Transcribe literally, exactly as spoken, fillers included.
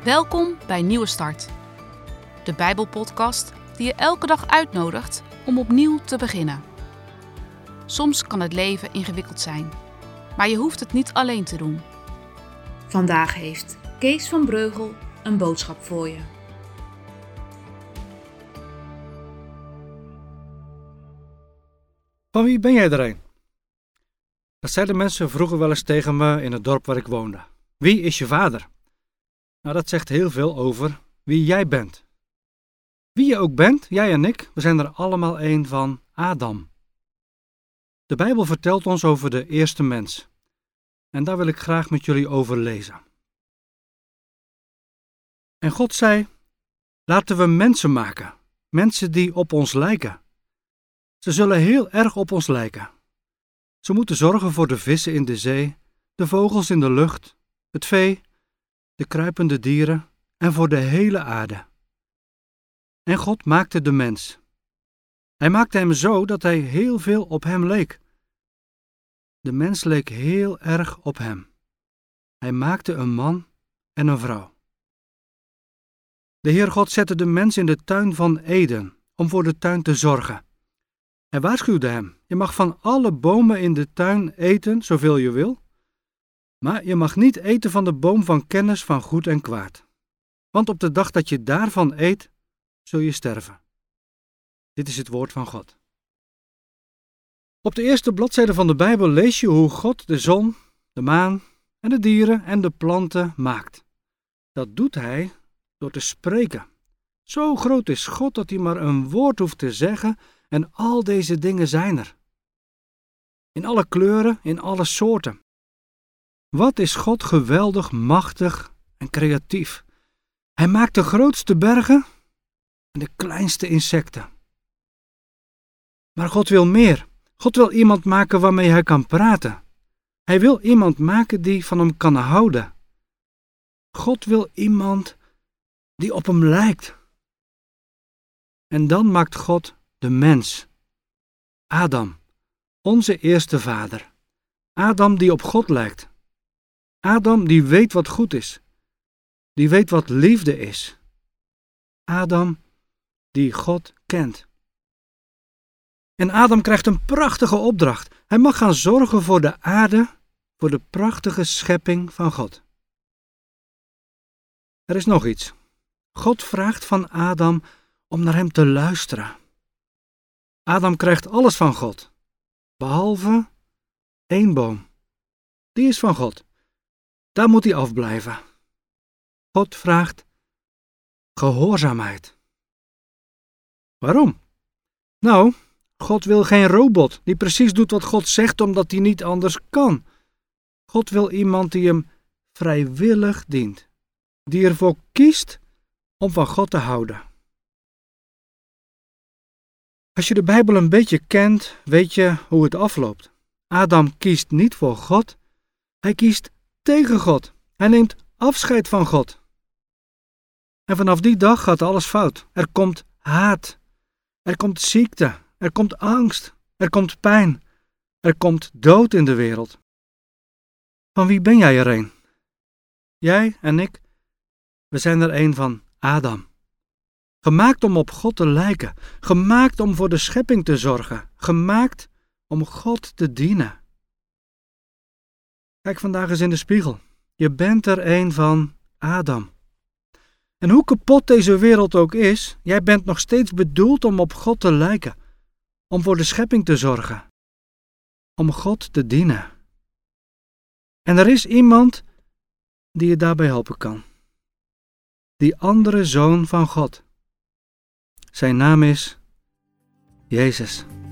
Welkom bij Nieuwe Start, de Bijbelpodcast die je elke dag uitnodigt om opnieuw te beginnen. Soms kan het leven ingewikkeld zijn, maar je hoeft het niet alleen te doen. Vandaag heeft Kees van Breugel een boodschap voor je. Van wie ben jij er een? Dat zeiden mensen vroeger wel eens tegen me in het dorp waar ik woonde. Wie is je vader? Nou, dat zegt heel veel over wie jij bent. Wie je ook bent, jij en ik, we zijn er allemaal een van Adam. De Bijbel vertelt ons over de eerste mens. En daar wil ik graag met jullie over lezen. En God zei, laten we mensen maken, mensen die op ons lijken. Ze zullen heel erg op ons lijken. Ze moeten zorgen voor de vissen in de zee, de vogels in de lucht, het vee, de kruipende dieren en voor de hele aarde. En God maakte de mens. Hij maakte hem zo dat hij heel veel op hem leek. De mens leek heel erg op hem. Hij maakte een man en een vrouw. De Heer God zette de mens in de tuin van Eden om voor de tuin te zorgen. Hij waarschuwde hem, je mag van alle bomen in de tuin eten zoveel je wil, maar je mag niet eten van de boom van kennis van goed en kwaad. Want op de dag dat je daarvan eet, zul je sterven. Dit is het woord van God. Op de eerste bladzijde van de Bijbel lees je hoe God de zon, de maan en de dieren en de planten maakt. Dat doet hij door te spreken. Zo groot is God dat hij maar een woord hoeft te zeggen en al deze dingen zijn er. In alle kleuren, in alle soorten. Wat is God geweldig, machtig en creatief. Hij maakt de grootste bergen en de kleinste insecten. Maar God wil meer. God wil iemand maken waarmee hij kan praten. Hij wil iemand maken die van hem kan houden. God wil iemand die op hem lijkt. En dan maakt God de mens. Adam, onze eerste vader. Adam die op God lijkt. Adam die weet wat goed is. Die weet wat liefde is. Adam die God kent. En Adam krijgt een prachtige opdracht. Hij mag gaan zorgen voor de aarde, voor de prachtige schepping van God. Er is nog iets. God vraagt van Adam om naar hem te luisteren. Adam krijgt alles van God, behalve één boom. Die is van God. Daar moet hij afblijven. God vraagt gehoorzaamheid. Waarom? Nou, God wil geen robot die precies doet wat God zegt omdat hij niet anders kan. God wil iemand die hem vrijwillig dient, die ervoor kiest om van God te houden. Als je de Bijbel een beetje kent, weet je hoe het afloopt. Adam kiest niet voor God, hij kiest tegen God. Hij neemt afscheid van God. En vanaf die dag gaat alles fout. Er komt haat, er komt ziekte, er komt angst, er komt pijn, er komt dood in de wereld. Van wie ben jij er een? Jij en ik, we zijn er een van Adam. Gemaakt om op God te lijken, gemaakt om voor de schepping te zorgen, gemaakt om God te dienen. Kijk vandaag eens in de spiegel. Je bent er een van Adam. En hoe kapot deze wereld ook is, jij bent nog steeds bedoeld om op God te lijken, om voor de schepping te zorgen, om God te dienen. En er is iemand die je daarbij helpen kan. Die andere zoon van God. Zijn naam is Jezus.